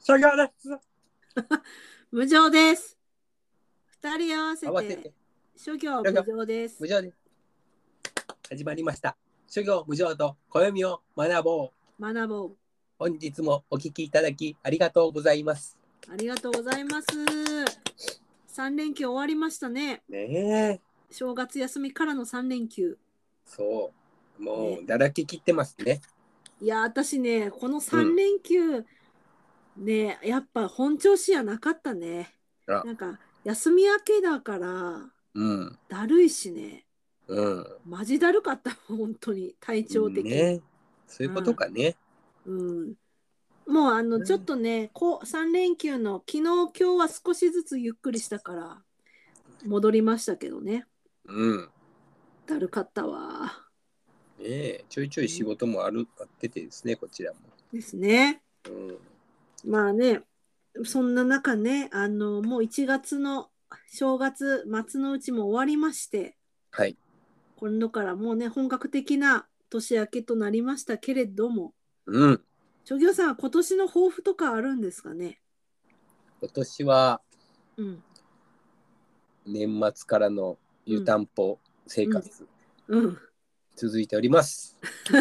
諸行です。 無常です。二人合わせ合わせてて諸行無常です。 無常です。始まりました。諸行無常と暦を学ぼう。 学ぼう。 本日もお聞きいただきありがとうございます。 ありがとうございます。3連休終わりましたね。 ねえ。 正月休みからの3連休。 そう。もねうだらけ切ってますね。 いや、私ね、この3連休、ね、やっぱ本調子やなかったね。 あ、 なんか、休み明けだから、 うん。 だるいしね。 うん。 マジだるかった、本当に、体調的に。 ね。そういうことかね。 うん。もうちょっとね、3連休の昨日、今日は少しずつゆっくりしたから戻りましたけどね。 うん。 だるかったわ。 ねえ。ちょいちょい仕事もあっててですね、こちらも。 ですね。 うん。 まあね、そんな中ね、もう1月の正月末のうちも終わりまして、 はい。 今度からもうね、本格的な年明けとなりましたけれども、 うん。 諸行さんは今年の抱負とかあるんですかね。 今年はうん。 年末からの湯たんぽ生活、 うん。 続いております。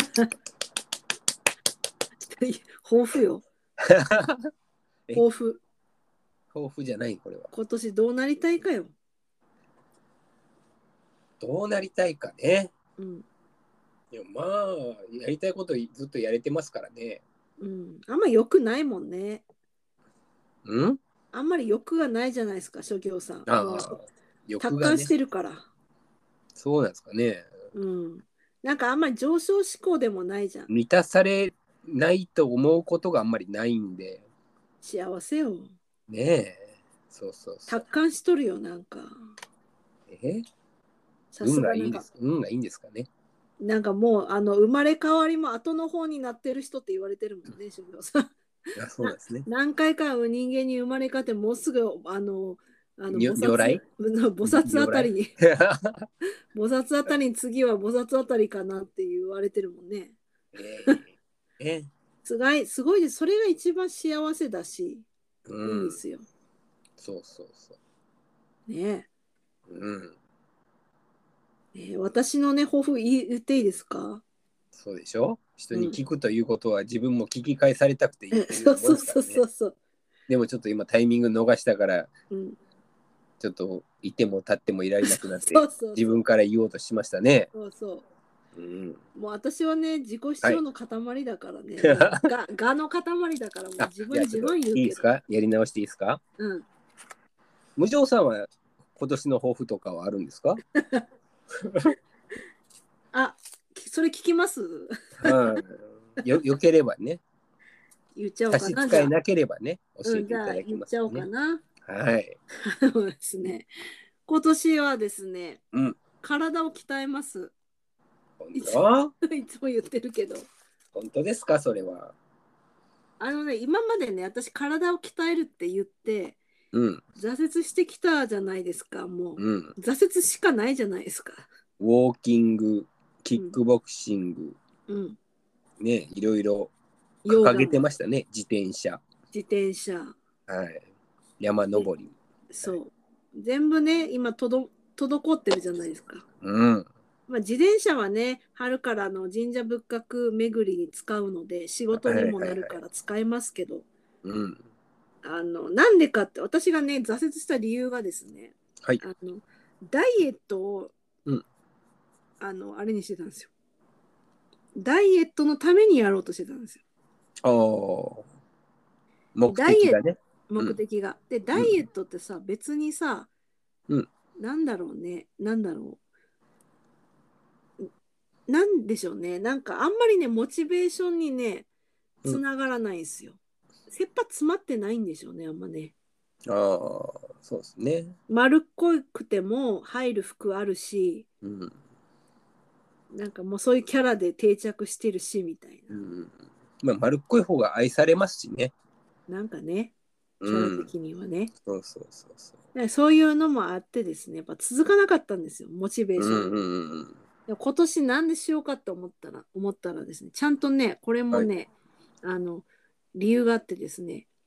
抱負よ。 え、 抱負。 抱負じゃない、これは。 今年どうなりたいかよ。 どうなりたいかね。 うん。 いや、まあ、やりたいことずっとやれてますからね。 うん。あんま良くないもんね。 うん。 あんまり欲がないじゃないですか、諸行さん。 あもうあ、欲がね。 達観してるから。 そうなんですかね。 うん。なんかあんまり上昇志向でもないじゃん。 満たされないと思うことがあんまりないんで。 幸せよ。 ねえ。そうそうそう。 達観しとるよ、なんか。 えさすがなんか、 運がいいんですかね。 なんかもう、生まれ変わりも後の方になってる人って言われてるもんね、諸行さん。 あ、そうなんですね。 何回か人間に生まれ変わって、もうすぐ、 如来菩薩あ如来たりに、菩薩あたりに次は菩薩あたりかなって言われてるもんね。 えすごいです。それが一番幸せだし、 うん。 いいんですよ。 そうそうそねう。うん。 私のね、抱負言っていいですか？ そうでしょ。人にうん。 聞くということは自分も聞き返されたくて言ってるようなもんそうそうそうですからね。 そうそう。 でもちょっと今タイミング逃したから、 うん。 ちょっといても立ってもいられなくなってそうそうそう。 自分から言おうとしましたね。 そうそう。 うん。 もう私はね、自己主はい。 張の塊だからね、もうがの塊だからもうあ、 自じゃあちょっと分自慢言うけど。 いいですか？やり直していいですか？ うん。 無常さんは今年の抱負とかはあるんですか？ あ、それ聞きます？ うん。よければね。 言っちゃおう差かな、じゃあ。 し支えなければね、教うん、じゃあえていただき言っちゃおうかますね。 な。 はい。 そうですね。今年はですね、 うん。 体を鍛えます。 本いつ当？ いつも言ってるけど。 本当ですか、それは。 今までね、私体を鍛えるって言って、 うん。 挫折してきたじゃないですか、もうん。 う。挫折しかないじゃないですか。 ウォーキング、キうん。 ックボクシング、 うん。 ね、いろいろ掲げてヨガも、 ましたね。自転車。 自転車、 はい。山で、 登り。はい、 そう。全部ね、今滞ってるじゃないですか。 うん。 まあ、自転車はね、春から神社仏閣巡りに使うので、仕事はいはいにもなるはい。 から使えますけど、 うん。 なんでかって、私がね、挫折した理由がですね、 はい。 ダイエットを、 うん。 あれにしてたんですよ。ダイエットのためにやろうとしてたんですよ。 おー。目ダイエット、 的がね。うん。 目的が。で、ダうん。 イエットってさ、別にさ、 うん。 なんだろうね、なんだろう。なんでしょうね。なんかあんまりね、モチベーションにね、 うん。 つながらないんですよ。切羽詰まってないんでしょうね、あんまね。 ああ、そうですね。 丸っこくても入る服あるし、 うん。 なんかもうそういうキャラで定着してるし、みたいな。 うん。まあ、丸っこい方が愛されますしね。 なんかね、キャラうん。 的にはね。 そうそうそうそう。 だからそういうのもあってですね、やっぱ続かなかったんですよ、モチベーションが。 うんうんうん。 でも今年なんでしようかと思ったらですね、ちゃんとね、これもはい。 ね、あの、理由があってですね、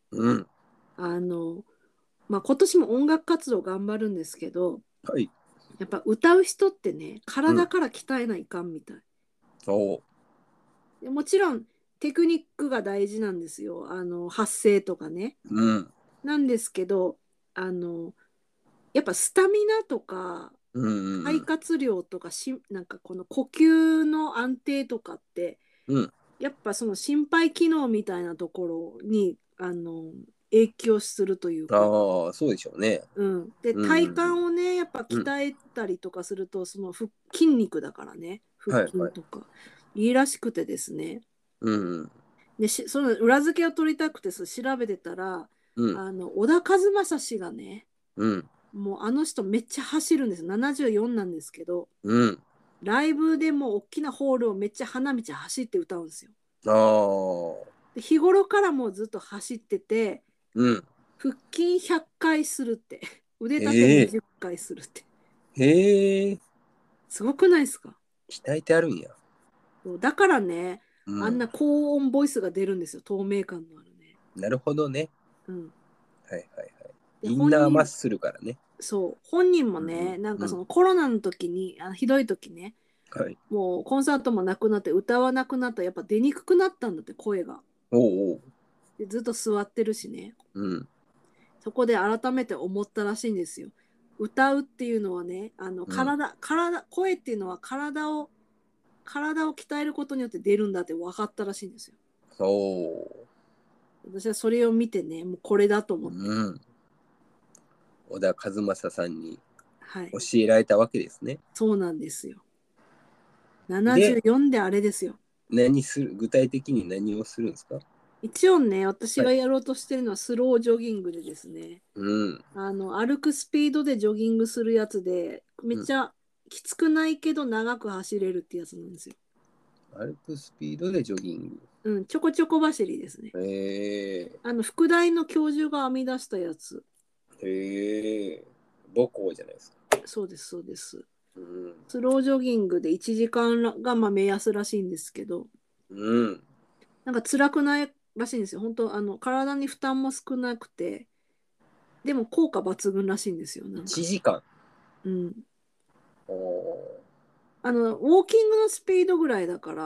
うん。 まあ、今年も音楽活動頑張るんですけど、 はい。 やっぱ歌う人ってね、 うん。 体から鍛えないかんみたい。 おう。 でもちろんテクニックが大事なんですよ。発声とかね。 うん。 なんですけど、あの、やっぱスタミナとか、 うんうん肺活量とかなんかこの呼吸の安定とかって、 うん。うん。 やっぱその心肺機能みたいなところに、影響するというか、 ああ、そうでしょうね。 うん。で、 うん体幹うんをね、やっぱうん。うん。 鍛えたりとかすると、筋肉だからね、腹はいはい。 筋とか、いいらしくてですね。 うんうん。 で、その裏付けを取りたくて調べてたら、 うん。 小田和正氏がね、 うん。 もうあの人めっちゃ走るんですよ。74なんですけど、 うん。 ライブでも大きなホールをめっちゃ花道走って歌うんですよ。 ああ。 で日頃からもうずっと走ってて、 うん。 腹筋100回するって、腕立てええ。 20回するって。 へえ。 すごくないですか？ 鍛えてあるんや。 そうだからね、あんうん。 な高音ボイスが出るんですよ。透明感のあるね。 なるほどね。 うん。 はいはいはい。 で、 インナーマッスルからね。 本人もうんね、なんうんうん。 かそのコロナの時に、ひどい時ね、 はい。 もうコンサートもなくなって歌わなくなったらやっぱ出にくくなったんだって声が。 おうおう。 でずっと座ってるしね。 うん。 そこで改めて思ったらしいんですよ。歌うっていうのはね、 うん。 声っていうのは体を鍛えることによって出るんだって分かったらしいんですよ。 おう。 私はそれを見てね、もうこれだと思って。 うん。小田和正さんにはい。 教えられたわけですね。 そうなんですよ。 で、 74であれですよ。 具体的に何をするんですか？ 一応ね、私はい。 がやろうとしてるのはスロージョギングでですね、 うん。 歩くスピードでジョギングするやつで、めっうん。 ちゃきつくないけど長く走れるってやつなんですよ。 歩くスピードでジョギンうん、ちょこちょこ走りですね。 グ。へえ。 副大の教授が編み出したやつ。 へえ。母校じゃないですか。 そうです、そうです。 うん。 スロージョギングで1時間がまあ目安らしいんですけど、 うん。 なんか辛くないらしいんですよ。本当体に負担も少なくて、でも効果抜群らしいんですよ。なんか。 1時間。 うん。 おお。 ウォーキングのスピードぐらいだから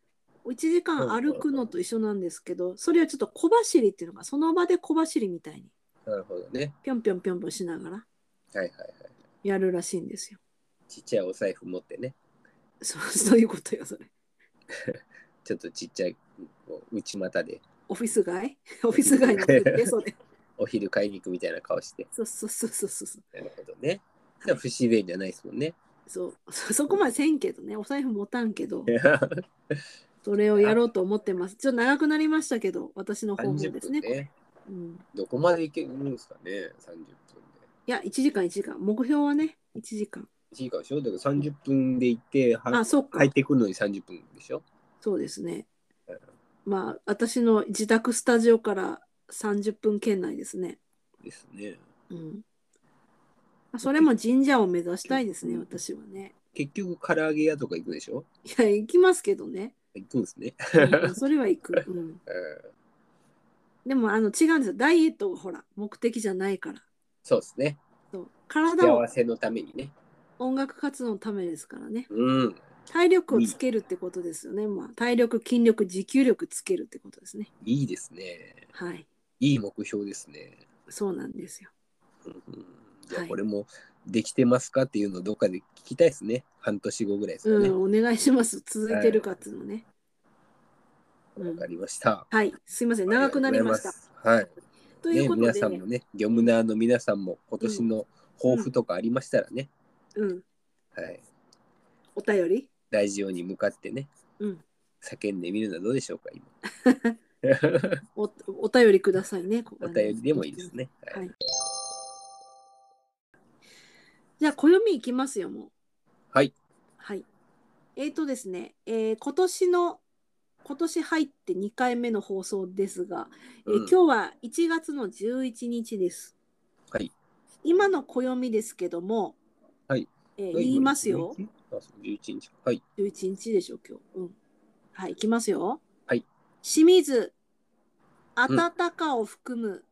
、1時うんうん間歩くのと一緒なんですけど、それはちょっと小走りっていうのが、その場で小走りみたいに、 なるほどね。 ぴょんぴょんぴょんぴょんしながらはいはいはい。 やるらしいんですよ。 ちっちゃいお財布持ってね。 そういうことよ、それ。 ちょっとちっちゃい内股でオフィス街オフィス街の設定、それ。 お昼買いに行くみたいな顔して。 そうそうそうそうそう。 なるほどね。 はい、 不自然じゃないですもんね。 そこまでせんけどね、お財布持たんけど、 あ、 それをやろうと思ってます。ちょっと長くなりましたけど、私の方法 30 ですね、これ。 分ね。 うん、 どこまで行けるんですかね、30分で。 いや、1時間、1時間。目標はね、1時間。 1時間でしょ。だから30分で行ってあ、そっか。 帰ってくるのに30分でしょ。 そうですね。 うんまあ、私の自宅スタジオから30分圏内ですね。 ですね。 うん。それも神社を目指したいですね、 うん私はね。 結局、唐揚げ屋とか行くでしょ。 いや、行きますけどね。 行くんですね。 うん、それは行く。うん。でも、違うんですよ。ダイエットがほら、目的じゃないから。 そうですね。 体を幸せのためにね。 音楽活動のためですからね。 うん。 体力をつけるってことですよね。まあ、体力、筋力、持久力つけるってことですね。 いいですね。 はい。 いい目標ですね。 そうなんですよ。 じゃあはい。 これもできてますかっていうのをどっかで聞きたいですね。半年後ぐらいですかね。 お願いします。続いてるかっていうのね。 わかりました。 はい。すいません。長くありがとうございなりました。 ます。はい。 ということ皆さんで、 もね、業務ナーの皆さんも今年の抱負とかありましたらね、はい。 お便りラジオに向かってね、叫んでみるのはどうでしょうか、今。 お便りくださいね。 お便りでもいいですね。 はい。じゃあ、暦いきますよ、もう。 はい。 はい。ですね、今年入って2回目の放送ですが、今日は1月の11日です。 はい。 今の暦ですけども、 はい。 言いますよ。 11日。はい。 11日でしょ、今日。はい、いきますよ。 はい。 清水、 暖かを含む。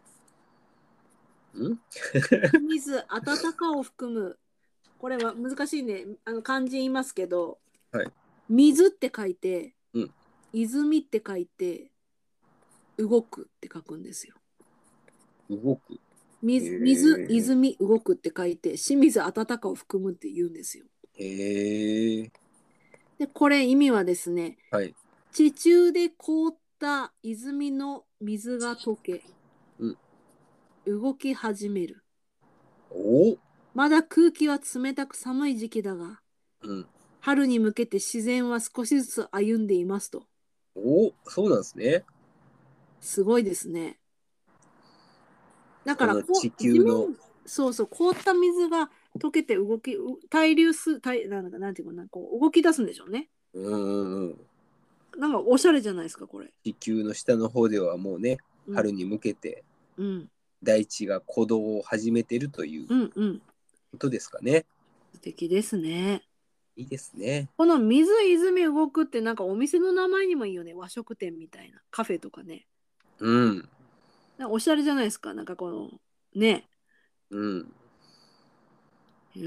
水、暖かを含む。これは難しいね。漢字言いますけど、 はい。 水って書いて、 うん。 泉って書いて、動くって書くんですよ。 動く。 水、泉、動くって書いて、清水暖かを含むって言うんですよ。 へえ。 で、これ意味はですね、 はい。 地中で凍った泉の水が溶け、 うん。 動き始める。 お。 まだ空気は冷たく寒い時期だが、 うん。 春に向けて自然は少しずつ歩んでいますと。 お、そうなんですね。 すごいですね。だからこの地地面、 球の。 そうそう、凍った水が溶けて動き、対流す、なんていうかな、こう動き出すんでしょうね。 うん。 なんかおしゃれじゃないですか、これ。 地球の下の方ではもうね、 うん、 春に向けてうん、 大地が鼓動を始めてるといううん、うん。 ことですかね。 素敵ですね。 いいですね。 この水泉動くってなんかお店の名前にもいいよね。和食店みたいな。カフェとかね。 うん。 なんかおしゃれじゃないですか。なんかこの、ね。 うん。 うん、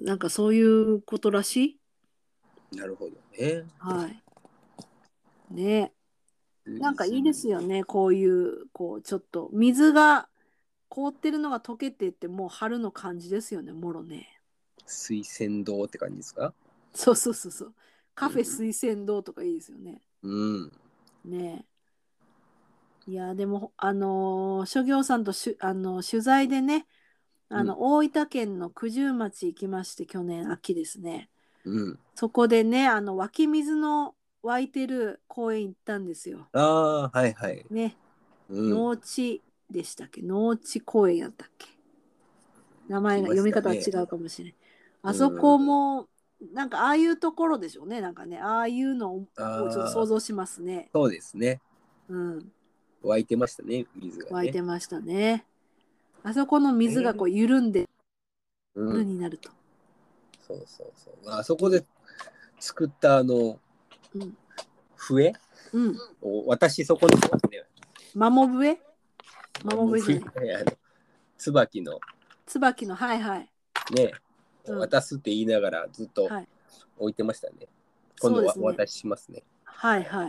なんかそういうことらしい。 なるほどね。 はい。ね。なんかいいですよね。こういう、こう、ちょっと、水が凍ってるのが溶けてって、もう春の感じですよね、もろね。 水仙洞って感じですか？ そうそうそうそう。カフェうん。 水仙洞とかいいですよね。 うん。 ねえ。いや、でも、諸行さんと取材でね、 うん。 大分県の九十町行きまして、去年秋ですね。 うん。 そこでね、湧き水の湧いてる公園行ったんですよ。 ああ、はいはい。 ね。 うん。 農地でしたっけ？農地公園やったっけ？名前が、 来ま読み方はしたね。 違うかもしれない。あそうん。 こも、なんかああいうところでしょうね。なんかね、ああいうのをちょっとああ、 想像しますね。 そうですね。 うん。 湧いてましたね、水が湧いね。 てましたね。あそこの水がこう緩んでうん。 春になると。 そうそうそう。あそこで作ったうん。 笛うん。 を私そこにますね。 マモ笛マモもう笛じゃない。 椿の椿の、はいはい。 ね、 うん。 渡すって言いながらずっとはい。 置いてましたね。今度はおそうですね。 渡ししますね。 はいはい。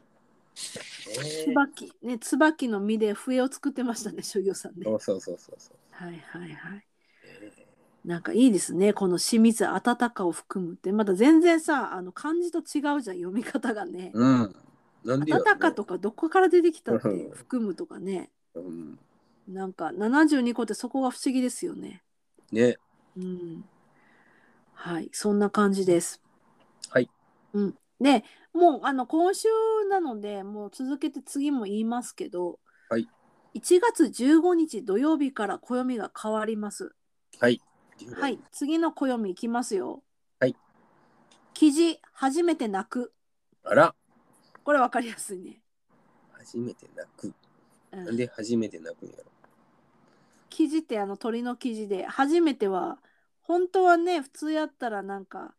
ね、 椿、ね、椿の実で笛を作ってましたね、諸行さんね。 そうそうそうそうそう。 はいはいはい。なんかいいですね。この清水温かを含むって。まだ全然さ、漢字と違うじゃん、読み方がね。 うん。なんでやろね。 温かとかどこから出てきたってうん。 含むとかね。 うん。 なんか72個ってそこが不思議ですよね。 ね。 うん。はい。そんな感じです。 はい。 うん。で、もう今週なので、もう続けて次も言いますけど、 はい。 1月15日土曜日から暦が変わります。 はい。15 はい。 日。 次の暦いきますよ。 はい。 記事、初めて泣く。 あら。 これわかりやすいね。 初めて泣く。 うん。 なんで初めて泣くんやろ。 記事って鳥の記事で、初めては、本当はね、普通やったらなんか、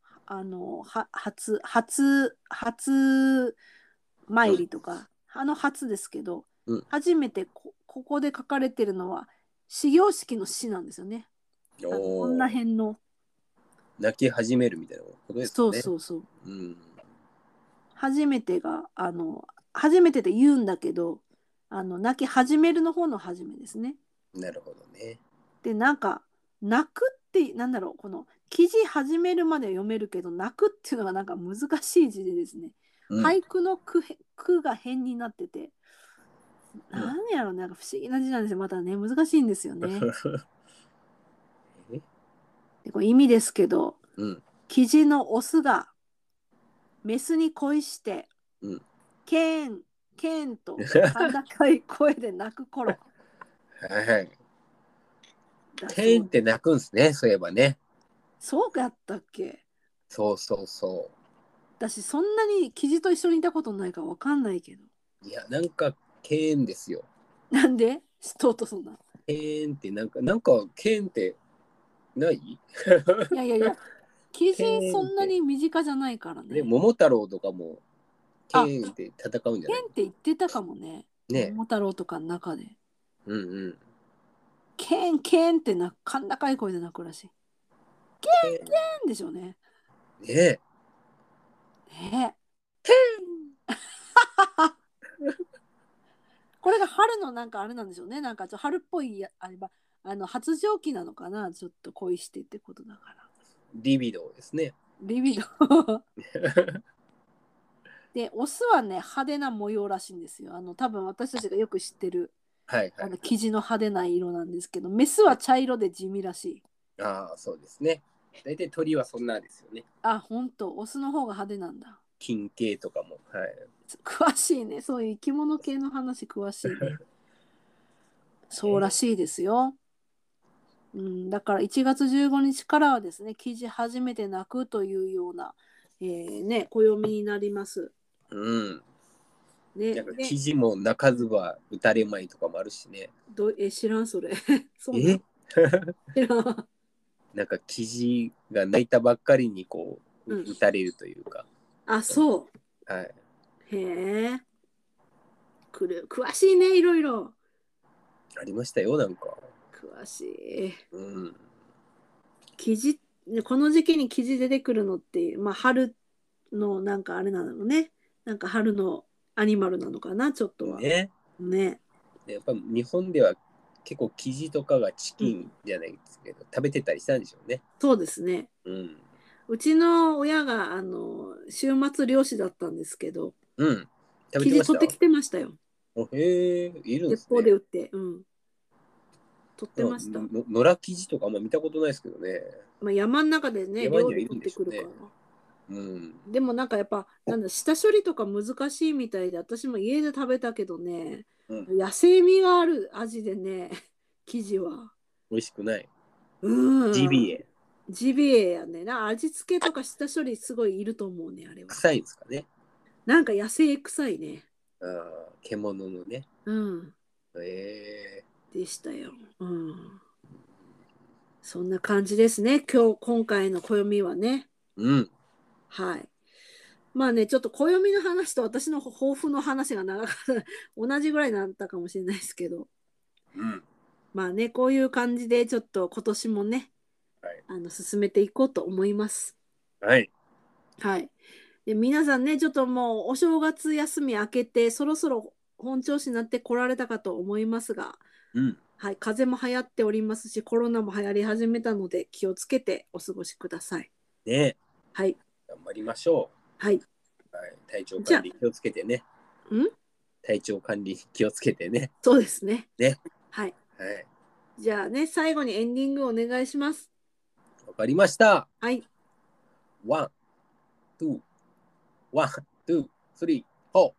初参りとか、初ですけど、 うん。 初めてここで書かれてるのは、始業式の詩なんですよね。 お女お。 編の。 泣き始めるみたいなことですかそうね。 そうそう。 うん。 初めてが、初めてで言うんだけど、泣き始めるの方の初めですね。 なるほどね。 で、なんか、泣くって、なんだろう、この記事始めるまでは読めるけど、泣くっていうのがなんか難しい字でですね、 うん。 俳句の句が変になってて、なんやろう、なんか不思議な字なんですよ。またね、難しいんですよね。 え、 でこれ意味ですけど、 うん。 キジのオスがメスに恋して、 うん。 ケーン、ケーンと高い声で泣く頃はいはい。てんってだそうです。 泣くんすね、そういえばね。 そうやったっけ？ そうそうそ私そんなにキジと一緒にいたことないからわかんないけど。 う。いや、なんか、けーんですよ。 なんでとうとそんな。 けーんってなんか、けーんってないいやいやいや、キジけーそんなんって。 に身近じゃないからで、 ね。 桃太郎とかも、けあ、 ーんって戦うんじゃない？ ケンって言ってたかもね。 ね。 桃太郎とかの中で。 うんうん。 ケケンケンって甲高い声で泣くらしい。 ケなんでしょうね。 ンね。 ねケンこれが春のなんかあれなんでしょうね。なんかちょっと春っぽいあれば、発情期なのかな。ちょっと恋してってことだから。 リビドーですね。 リビド。で、オスはね、派手な模様らしいんですよ。多分私たちがよく知ってる、 はいはい。 生地の派手な色なんですけど、メスは茶色で地味らしい。 ああ、そうですね。大体鳥はそんなですよね。 あ、ほんと、オスの方が派手なんだ。 金系とかも。はい。 詳しいね。そういう生き物系の話詳しいね。そうらしいですよ。うん、だから1月15日からはですね、生地初めて泣くというような、暦になります。 うん。 ね、 なんかで記事も泣かずは打たれまいとかもあるしね。 知らんそれ。そうなえの知らん。 なんか記事が泣いたばっかりにこう、 うん打たれるというか。 あ、そはい。 う。へえ。詳しいね、いろいろ。 ありましたよ、なんか。 詳しい。 うん。 生地、この時期に生地出てくるのって、まあ、春のなんかあれなのね。なんか春のアニマルなのかな、ちょっとは。 ね。 ね。 やっぱ日本では結構生地とかがチキンじゃないですけど、食べてたりしたんでしょうね。 そうですね。 うん。 うちの親が週末漁師だったんですけど、 うん。食べ生てました。 地取ってきてましたよ。 おへえ、いるんで鉄すね。 砲で売って、うん。取ってました。 野良生地とかあんま見たことないですけどね。 まあ、山の中でね、 山にはいる漁で取ってんでしょうね。 くるから。 うん。 でもなんかやっぱ、なんだ、下処理とか難しいみたいで、私も家で食べたけどね、 うん。 野生味がある味でね、生地は。 美味しくない。 うん。 ジビエ。 ジビエやね。味付けとか下処理すごいいると思うね、あれは。 臭いんですかね。 なんか野生臭いね。 ああ、獣のね。 うん。 えでしたよ。うん。そんな感じですね。今回の暦はね。 うん。 はい。まあね、ちょっと暦の話と私の抱負の話が長かった。同じぐらいになったかもしれないですけど。 うん。 まあね、こういう感じでちょっと今年もね、 はい。 進めていこうと思います。 はい。 はい。で、皆さんね、ちょっともうお正月休み明けて、そろそろ本調子になって来られたかと思いますが、 うん。 はい、風邪も流行っておりますし、コロナも流行り始めたので、気をつけてお過ごしください。 ね。 はい。 頑張りましょはい。 う。はい。体調じゃ管理気をつけてね。 ん体調管理気をつけてね。 そうですね。 ね。 はい。 はい。 じゃあね、最後にエンディングお願いします。 わかりました。 はい。 ワン、ツー、ワン、ツー、スリー、フォー。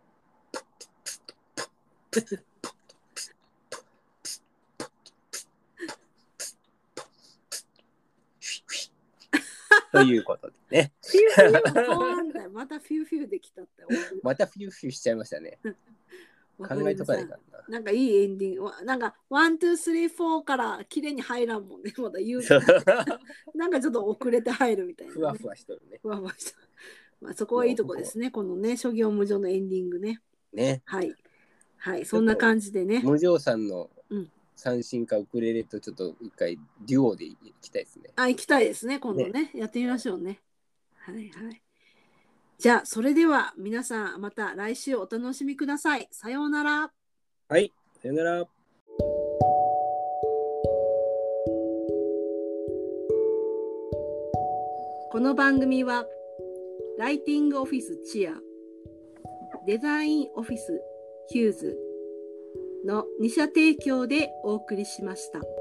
ということでね。 フィューフィューも変わんだよ。またフィューフィューできたって。 またフューフューしちゃいましたね。考えとかないからな。 なんかいいエンディング。なんか、ワン、ツー、スリー、フォーから綺麗に入らんもんね。まだ言う。なんかちょっと遅れて入るみたいな、ね。 ふわふわしとるね。 ふわふわした。まあそこはいいとこですね。このね、諸行無常のエンディングね。 ね。 はい。はい。そんな感じでね。 無常さんのうん三振かウクレレとちょっと一回デュオで行きたいですね。 あ、行きたいですね。今度ね。やってみましょうね。はいはい。じゃあ、それでは皆さんまた来週お楽しみください。さようなら。 はい。さよなら。 この番組はライティングオフィスチア、デザインオフィスヒューズの2社提供でお送りしました。